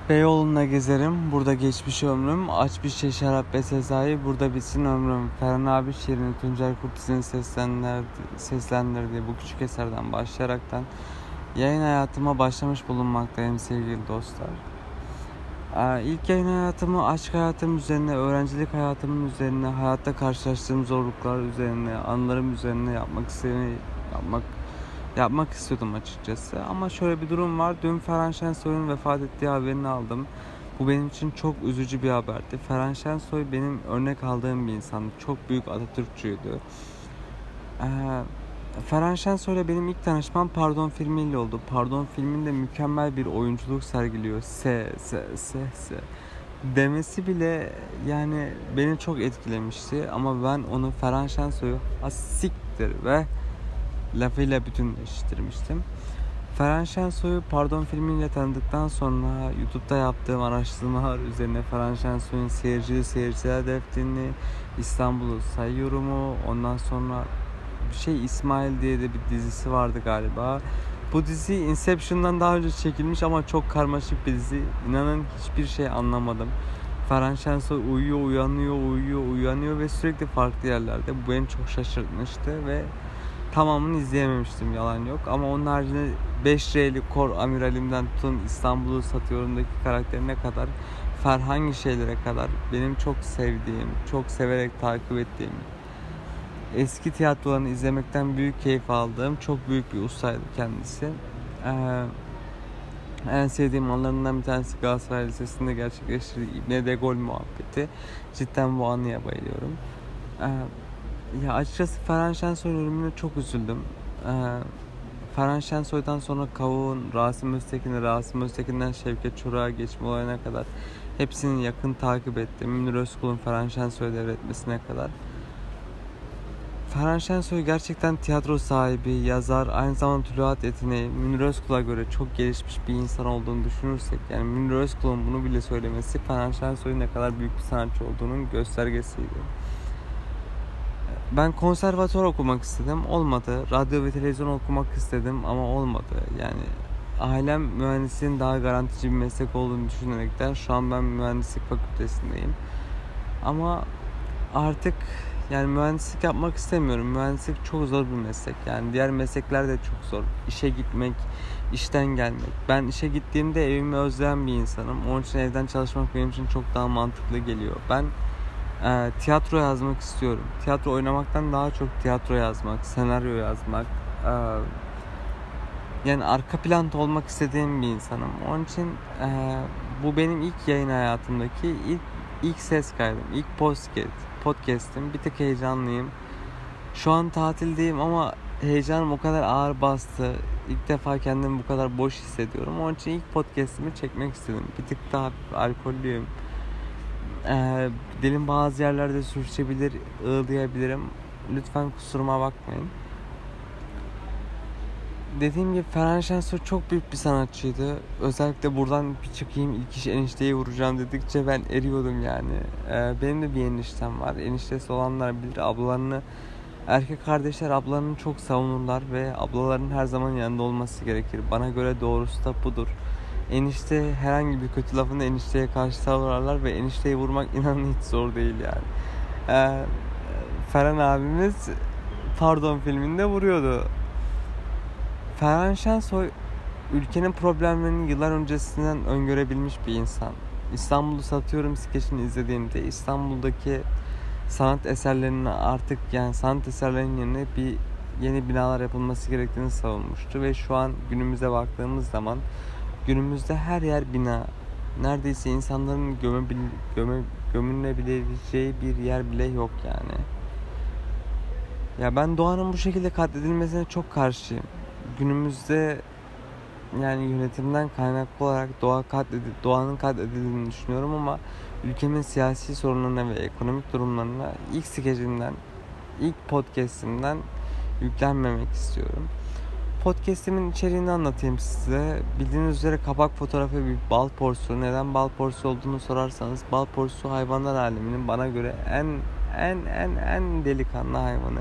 Beyoğlu'nda gezerim, burada geçmiş ömrüm. Aç bir şişe şarap ve sezai, burada bitsin ömrüm. Ferhan abi şiirini Tuncel Kurtiz'in seslendirdiği bu küçük eserden başlayaraktan yayın hayatıma başlamış bulunmaktayım sevgili dostlar. İlk yayın hayatımı aşk hayatım üzerine, öğrencilik hayatımın üzerine, hayatta karşılaştığım zorluklar üzerine, anılarım üzerine yapmak istiyordum açıkçası. Ama şöyle bir durum var. Dün Ferhan Şensoy'un vefat ettiği haberini aldım. Bu benim için çok üzücü bir haberdi. Ferhan Şensoy benim örnek aldığım bir insandı. Çok büyük Atatürkçüydü. Ee, Ferhan Şensoy'la benim ilk tanışmam Pardon filmiyle oldu. Pardon filminde mükemmel bir oyunculuk sergiliyor. Se demesi bile yani beni çok etkilemişti. Ama ben onu Ferhan Şensoy'u siktir ve lafıyla bütünleştirmiştim. Ferhan Şensoy'u Pardon filmiyle tanıdıktan sonra YouTube'da yaptığım araştırmalar üzerine Ferhan Şensoy'un Seyirciler Defterini, İstanbul'u Sayıyorum'u, ondan sonra İsmail diye de bir dizisi vardı galiba. Bu dizi Inception'dan daha önce çekilmiş ama çok karmaşık bir dizi. İnanın hiçbir şey anlamadım. Ferhan Şensoy uyanıyor ve sürekli farklı yerlerde. Bu beni çok şaşırtmıştı ve tamamını izleyememiştim, yalan yok. Ama onun haricinde 5R'li Kor Amiralim'den tutun İstanbul'u Satıyorum'daki karakterine kadar, hangi şeylere kadar benim çok sevdiğim, çok severek takip ettiğim, eski tiyatrolarını izlemekten büyük keyif aldığım çok büyük bir ustaydı kendisi. En sevdiğim anlarından bir tanesi Galatasaray Lisesi'nde gerçekleştirdiği İbne de Gol muhabbeti. Cidden bu anıya bayılıyorum. Ya açıkçası Ferhan Şensoy'un ölümüne çok üzüldüm. Ferhan Şensoy'dan sonra Kavuk'un Rasim Öztekin'den Şevket Çorak'a geçme olayına kadar hepsini yakın takip ettim. Münir Özkul'un Ferhan Şensoy'u devretmesine kadar. Ferhan Şensoy gerçekten tiyatro sahibi, yazar, aynı zamanda tuluat yeteneği, Münir Özkul'a göre çok gelişmiş bir insan olduğunu düşünürsek, yani Münir Özkul'un bunu bile söylemesi Ferhan Şensoy'un ne kadar büyük bir sanatçı olduğunun göstergesiydi. Ben konservatuvar okumak istedim, olmadı. Radyo ve televizyon okumak istedim ama olmadı. Yani ailem mühendisliğin daha garantici bir meslek olduğunu düşünerekten şu an ben mühendislik fakültesindeyim. Ama artık yani mühendislik yapmak istemiyorum. Mühendislik çok zor bir meslek. Yani diğer meslekler de çok zor. İşe gitmek, işten gelmek. Ben işe gittiğimde evimi özleyen bir insanım. Onun için evden çalışmak benim için çok daha mantıklı geliyor. Ben tiyatro yazmak istiyorum. Tiyatro oynamaktan daha çok tiyatro yazmak, senaryo yazmak. Yani arka planda olmak istediğim bir insanım. Onun için bu benim ilk yayın hayatımdaki ilk ses kaydım. İlk podcast'im. Bir tık heyecanlıyım. Şu an tatildeyim ama heyecanım o kadar ağır bastı. İlk defa kendimi bu kadar boş hissediyorum. Onun için ilk podcast'imi çekmek istedim. Bir tık daha alkollüyüm. Dilim bazı yerlerde sürçebilir, ığlayabilirim. Lütfen kusuruma bakmayın. Dediğim gibi Ferhan Şensoy çok büyük bir sanatçıydı. Özellikle buradan bir çıkayım, ilk iş enişteyi vuracağım dedikçe ben eriyordum yani. Benim de bir eniştem var. Eniştesi olanlar bilir, erkek kardeşler ablalarını çok savunurlar ve ablaların her zaman yanında olması gerekir. Bana göre doğrusu da budur. Enişte herhangi bir kötü lafını enişteye karşı savrarlar ve enişteyi vurmak inanın hiç zor değil yani. Ferhan abimiz Pardon filminde vuruyordu. Ferhan Şensoy ülkenin problemlerini yıllar öncesinden öngörebilmiş bir insan. İstanbul'u Satıyorum skeçini izlediğimde İstanbul'daki sanat eserlerinin yerine yeni binalar yapılması gerektiğini savunmuştu ve şu an günümüze baktığımız zaman günümüzde her yer bina. Neredeyse insanların gömülebileceği bir yer bile yok yani. Ya ben doğanın bu şekilde katledilmesine çok karşıyım. Günümüzde yani yönetimden kaynaklı olarak doğanın katledildiğini düşünüyorum ama ülkemin siyasi sorunlarına ve ekonomik durumlarına ilk podcast'imden yüklenmemek istiyorum. Podcast'imin içeriğini anlatayım size. Bildiğiniz üzere kapak fotoğrafı bir bal porsuğu. Neden bal porsuğu olduğunu sorarsanız, bal porsuğu hayvanlar aleminin bana göre en delikanlı hayvanı.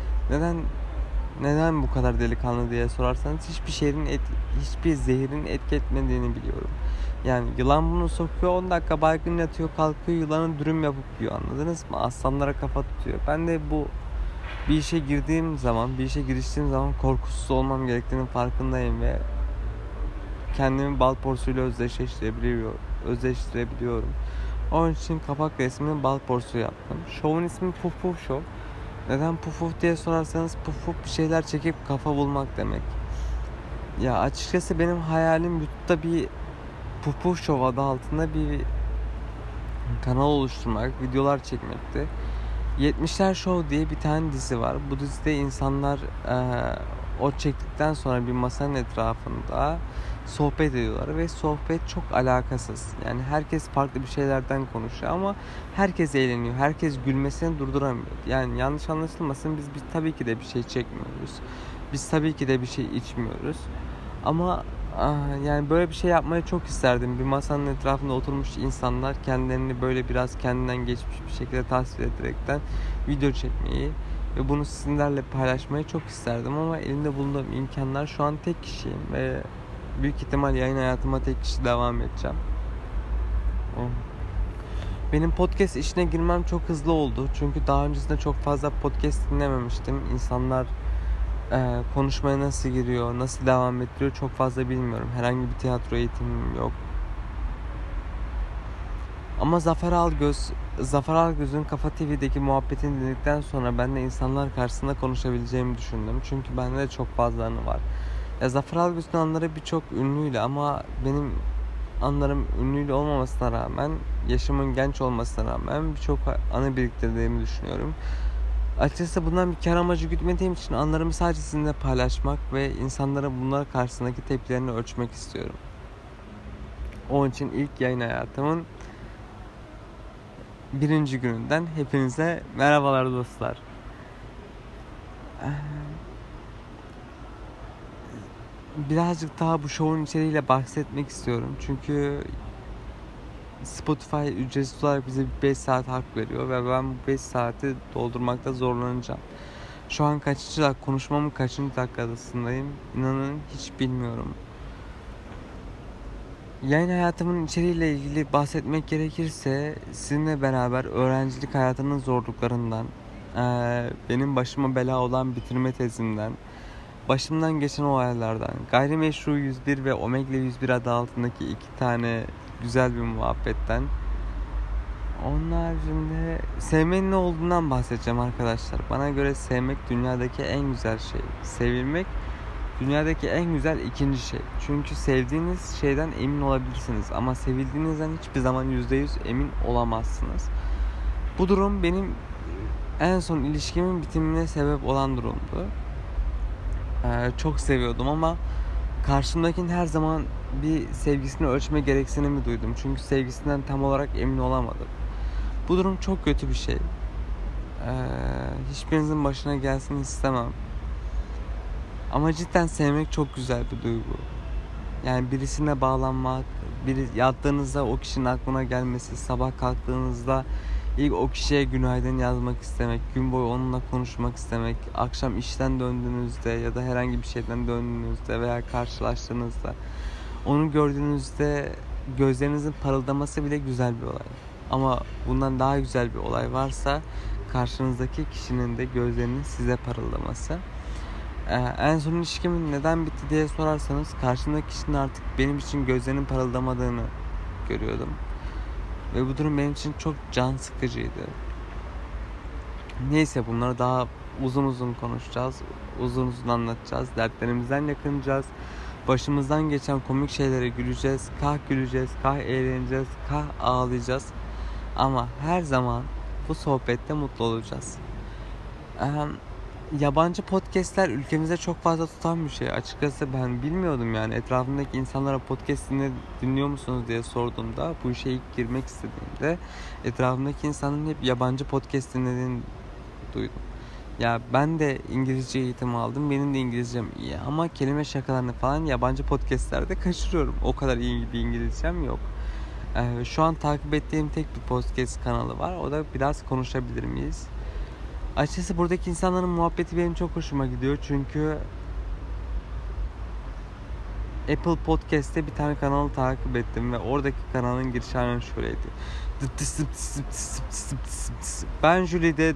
Neden bu kadar delikanlı diye sorarsanız hiçbir zehrin etki etmediğini biliyorum. Yani yılan bunu sokuyor, 10 dakika baygın yatıyor, kalkıyor yılanı dürüm yapıp yiyor, anladınız mı? Aslanlara kafa tutuyor. Ben de bu bir işe girdiğim zaman, bir işe giriştiğim zaman korkusuz olmam gerektiğinin farkındayım ve kendimi bal porsuyla özdeştirebiliyorum. Onun için kapak resmini bal porsu yaptım. Şovun ismi Puf Puf Show. Neden Puf Puf diye sorarsanız, Puf Puf bir şeyler çekip kafa bulmak demek. Ya açıkçası benim hayalim YouTube'da bir Puf Puf Show adı altında bir kanal oluşturmak, videolar çekmekti. 70'ler Show diye bir tane dizi var. Bu dizide insanlar o çektikten sonra bir masanın etrafında sohbet ediyorlar ve sohbet çok alakasız. Yani herkes farklı bir şeylerden konuşuyor ama herkes eğleniyor. Herkes gülmesini durduramıyor. Yani yanlış anlaşılmasın, biz tabii ki de bir şey çekmiyoruz. Biz tabii ki de bir şey içmiyoruz. Ama yani böyle bir şey yapmayı çok isterdim. Bir masanın etrafında oturmuş insanlar kendilerini böyle biraz kendinden geçmiş bir şekilde tasvir ederekten video çekmeyi ve bunu sizinlerle paylaşmayı çok isterdim ama elimde bulunduğum imkanlar, şu an tek kişiyim ve büyük ihtimal yayın hayatıma tek kişi devam edeceğim. Benim podcast işine girmem çok hızlı oldu. Çünkü daha öncesinde çok fazla podcast dinlememiştim. İnsanlar konuşmaya nasıl giriyor, nasıl devam ettiriyor çok fazla bilmiyorum. Herhangi bir tiyatro eğitimim yok. Ama Zafer Algöz'ün Kafa TV'deki muhabbetini dinledikten sonra ben de insanlar karşısında konuşabileceğimi düşündüm. Çünkü bende de çok fazla anı var. Ya Zafer Algöz'ün anları birçok ünlüyle ama benim anlarım ünlüyle olmamasına rağmen, yaşımın genç olmasına rağmen birçok anı biriktirdiğimi düşünüyorum. Açıkçası bundan bir kar amacı gütmediğim için anlarımı sadece sizinle paylaşmak ve insanların bunlar karşısındaki tepkilerini ölçmek istiyorum. Onun için ilk yayın hayatımın 1. gününden hepinize merhabalar dostlar. Birazcık daha bu şovun içeriğiyle bahsetmek istiyorum. Çünkü Spotify ücretsiz olarak bize 5 saat hak veriyor ve ben bu 5 saati doldurmakta zorlanacağım. Şu an konuşmamın kaçıncı dakikasındayım İnanın hiç bilmiyorum. Yayın hayatımın içeriğiyle ilgili bahsetmek gerekirse, sizinle beraber öğrencilik hayatının zorluklarından, benim başıma bela olan bitirme tezimden, başımdan geçen olaylardan, Gayrimeşru 101 ve Omegle 101 adı altındaki 2 tane güzel bir muhabbetten, onun haricinde sevmenin ne olduğundan bahsedeceğim arkadaşlar. Bana göre sevmek dünyadaki en güzel şey. Sevilmek dünyadaki en güzel ikinci şey. Çünkü sevdiğiniz şeyden emin olabilirsiniz ama sevildiğinizden hiçbir zaman %100 emin olamazsınız. Bu durum benim en son ilişkimin bitimine sebep olan durumdu. Çok seviyordum ama karşımdakinin her zaman bir sevgisini ölçme gereksinimi duydum. Çünkü sevgisinden tam olarak emin olamadım. Bu durum çok kötü bir şey. Hiçbirinizin başına gelsin istemem. Ama cidden sevmek çok güzel bir duygu. Yani birisine bağlanmak, yattığınızda o kişinin aklına gelmesi, sabah kalktığınızda ilk o kişiye günaydın yazmak istemek, gün boyu onunla konuşmak istemek, akşam işten döndüğünüzde ya da herhangi bir şeyden döndüğünüzde veya karşılaştığınızda onu gördüğünüzde gözlerinizin parıldaması bile güzel bir olay. Ama bundan daha güzel bir olay varsa karşınızdaki kişinin de gözlerinin size parıldaması. En son ilişkimin neden bitti diye sorarsanız, karşımdaki kişinin artık benim için gözlerinin parıldamadığını görüyordum. Ve bu durum benim için çok can sıkıcıydı. Neyse, bunları daha uzun uzun konuşacağız. Uzun uzun anlatacağız. Dertlerimizden yakınacağız. Başımızdan geçen komik şeylere güleceğiz. Kah güleceğiz, kah eğleneceğiz, kah ağlayacağız. Ama her zaman bu sohbette mutlu olacağız. Yabancı podcastler ülkemizde çok fazla tutan bir şey. Açıkçası ben bilmiyordum yani. Etrafımdaki insanlara podcast dinliyor musunuz diye sorduğumda, bu işe ilk girmek istediğimde etrafımdaki insanların hep yabancı podcast dinlediğini duydum. Ya ben de İngilizce eğitim aldım. Benim de İngilizcem iyi ama kelime şakalarını falan yabancı podcastlerde kaçırıyorum. O kadar iyi bir İngilizcem yok. Şu an takip ettiğim tek bir podcast kanalı var. O da Biraz Konuşabilir Miyiz? Açıkçası buradaki insanların muhabbeti benim çok hoşuma gidiyor. Çünkü Apple Podcast'te bir tane kanalı takip ettim ve oradaki kanalın giriş aynen şöyleydi. Ben Jülide,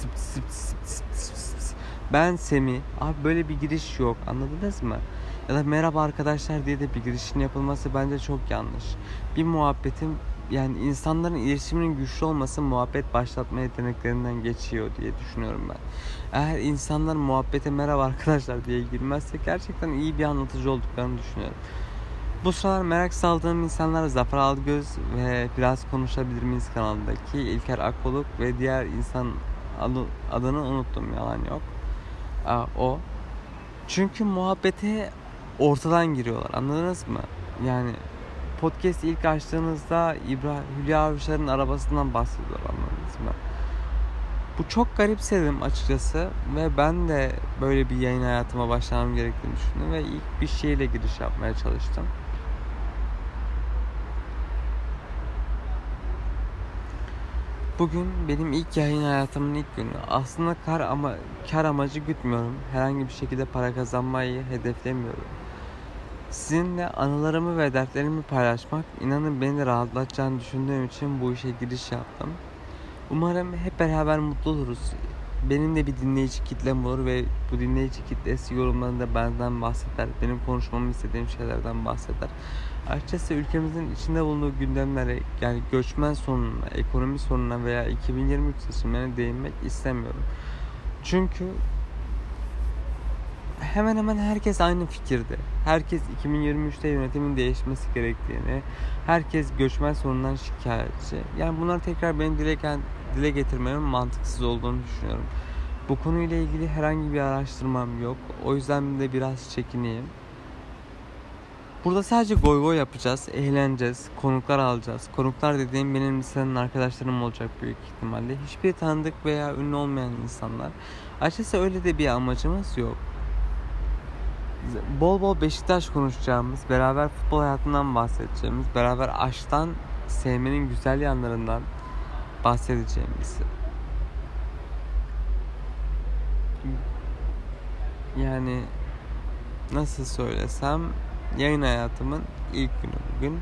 ben Semih. Abi böyle bir giriş yok, anladınız mı? Ya da merhaba arkadaşlar diye de bir girişin yapılması bence çok yanlış. Bir muhabbetin, yani insanların iletişiminin güçlü olması muhabbet başlatma yeteneklerinden geçiyor diye düşünüyorum ben. Eğer insanlar muhabbete merhaba arkadaşlar diye girmezse gerçekten iyi bir anlatıcı olduklarını düşünüyorum. Bu sıralar merak saldığım insanlar Zafer Algöz ve Biraz Konuşabilir Miyiz kanalındaki İlker Akboluk ve diğer insan adını unuttum, yalan yok. O. Çünkü muhabbete ortadan giriyorlar, anladınız mı? Yani podcast ilk açtığınızda Hülya Avşar'ın arabasından bahsediyor, anladınız mı? Bu çok garipsedim açıkçası ve ben de böyle bir yayın hayatıma başlamam gerektiğini düşündüm ve ilk bir şeyle giriş yapmaya çalıştım. Bugün benim ilk yayın hayatımın ilk günü. Aslında kar amacı gütmüyorum. Herhangi bir şekilde para kazanmayı hedeflemiyorum. Sizinle anılarımı ve dertlerimi paylaşmak, inanın beni de rahatlatacağını düşündüğüm için bu işe giriş yaptım. Umarım hep beraber mutlu oluruz. Benim de bir dinleyici kitlem olur ve bu dinleyici kitlesi yorumlarında benden bahseder. Benim konuşmamı istediğim şeylerden bahseder. Açıkçası ülkemizin içinde bulunduğu gündemlere, yani göçmen sorununa, ekonomi sorununa veya 2023 seçimlerine değinmek istemiyorum. Çünkü hemen hemen herkes aynı fikirde. Herkes 2023'te yönetimin değişmesi gerektiğini, herkes göçmen sorunundan şikayetçi. Yani bunları tekrar benim dile getirmemin mantıksız olduğunu düşünüyorum. Bu konuyla ilgili herhangi bir araştırmam yok. O yüzden de biraz çekineyim. Burada sadece goy goy yapacağız, eğleneceğiz, konuklar alacağız. Konuklar dediğim benim lisenin arkadaşlarım olacak büyük ihtimalle. Hiçbir tanıdık veya ünlü olmayan insanlar. Açıkçası öyle de bir amacımız yok. Bol bol Beşiktaş konuşacağımız, beraber futbol hayatından bahsedeceğimiz, beraber aşktan, sevmenin güzel yanlarından bahsedeceğimiz. Yani nasıl söylesem, yayın hayatımın ilk günü bugün.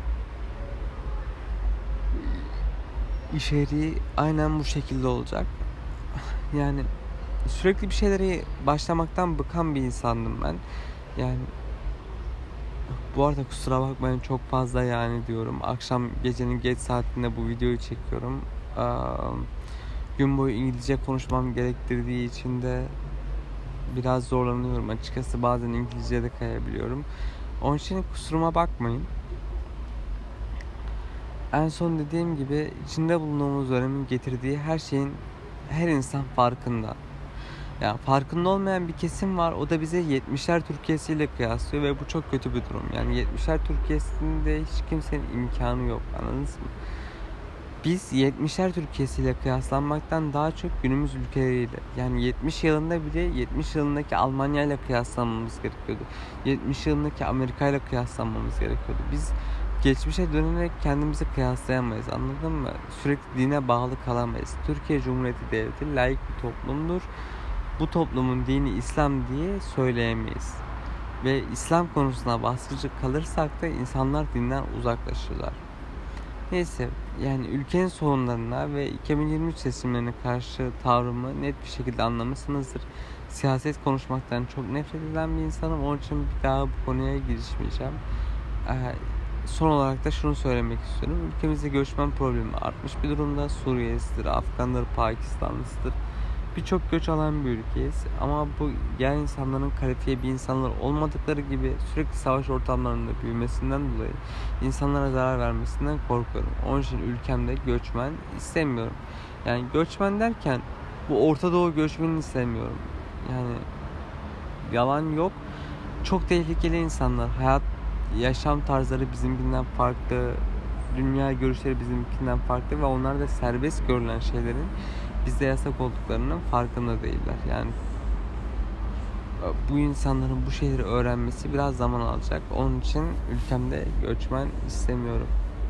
İçeriği aynen bu şekilde olacak. Yani sürekli bir şeyleri başlamaktan bıkan bir insandım ben. Yani bu arada kusura bakmayın, çok fazla yani diyorum. Akşam gecenin geç saatinde bu videoyu çekiyorum. Gün boyu İngilizce konuşmam gerektirdiği için de biraz zorlanıyorum açıkçası. Bazen İngilizce'de kayabiliyorum. Onun için kusuruma bakmayın. En son dediğim gibi içinde bulunduğumuz dönemin getirdiği her şeyin her insan farkında. Yani farkında olmayan bir kesim var. O da bize 70'ler Türkiye'siyle kıyaslıyor ve bu çok kötü bir durum. Yani 70'ler Türkiye'sinde hiç kimsenin imkanı yok. Anladınız mı? Biz 70'ler Türkiye'siyle kıyaslanmaktan daha çok günümüz ülkeleriyle, yani 70 yılında bile 70 yılındaki Almanya ile kıyaslanmamız gerekiyordu. 70 yılındaki Amerika ile kıyaslanmamız gerekiyordu. Biz geçmişe dönerek kendimizi kıyaslayamayız, anladın mı? Sürekli dine bağlı kalamayız. Türkiye Cumhuriyeti Devleti laik bir toplumdur. Bu toplumun dini İslam diye söyleyemeyiz. Ve İslam konusuna baskıcı kalırsak da insanlar dinden uzaklaşırlar. Neyse, yani ülkenin sorunlarına ve 2023 seçimlerine karşı tavrımı net bir şekilde anlamışsınızdır. Siyaset konuşmaktan çok nefret eden bir insanım. Onun için bir daha bu konuya girişmeyeceğim. Son olarak da şunu söylemek istiyorum. Ülkemizde göçmen problemi artmış bir durumda. Suriyelisidir, Afgandır, Pakistanlısıdır. Birçok göç alan bir ülkeyiz. Ama bu gelen insanların kalifiye bir insanlar olmadıkları gibi sürekli savaş ortamlarında büyümesinden dolayı insanlara zarar vermesinden korkuyorum. Onun için ülkemde göçmen istemiyorum. Yani göçmen derken bu Orta Doğu göçmenini istemiyorum. Yani yalan yok. Çok tehlikeli insanlar. Yaşam tarzları bizimkinden farklı. Dünya görüşleri bizimkinden farklı ve onlar da serbest görülen şeylerin bizde yasak olduklarının farkında değiller. Yani bu insanların bu şeyleri öğrenmesi biraz zaman alacak. Onun için ülkemde göçmen istemiyorum.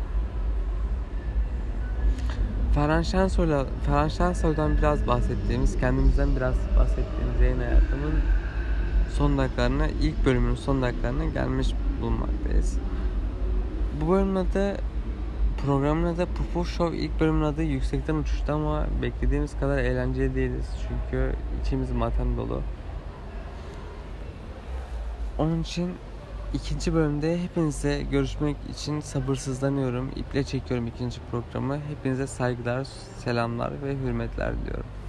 Ferhan Şensoy'dan biraz bahsettiğimiz, kendimizden biraz bahsettiğimiz yayın hayatımın son dakikalarına, ilk bölümün son dakikalarına gelmiş bulunmaktayız. Bu bölümün adı, programın adı Puf Show. İlk bölümün adı Yüksekten Uçuştu ama beklediğimiz kadar eğlenceli değiliz. Çünkü içimiz matem dolu. Onun için ikinci bölümde hepinize görüşmek için sabırsızlanıyorum. İple çekiyorum ikinci programı. Hepinize saygılar, selamlar ve hürmetler diliyorum.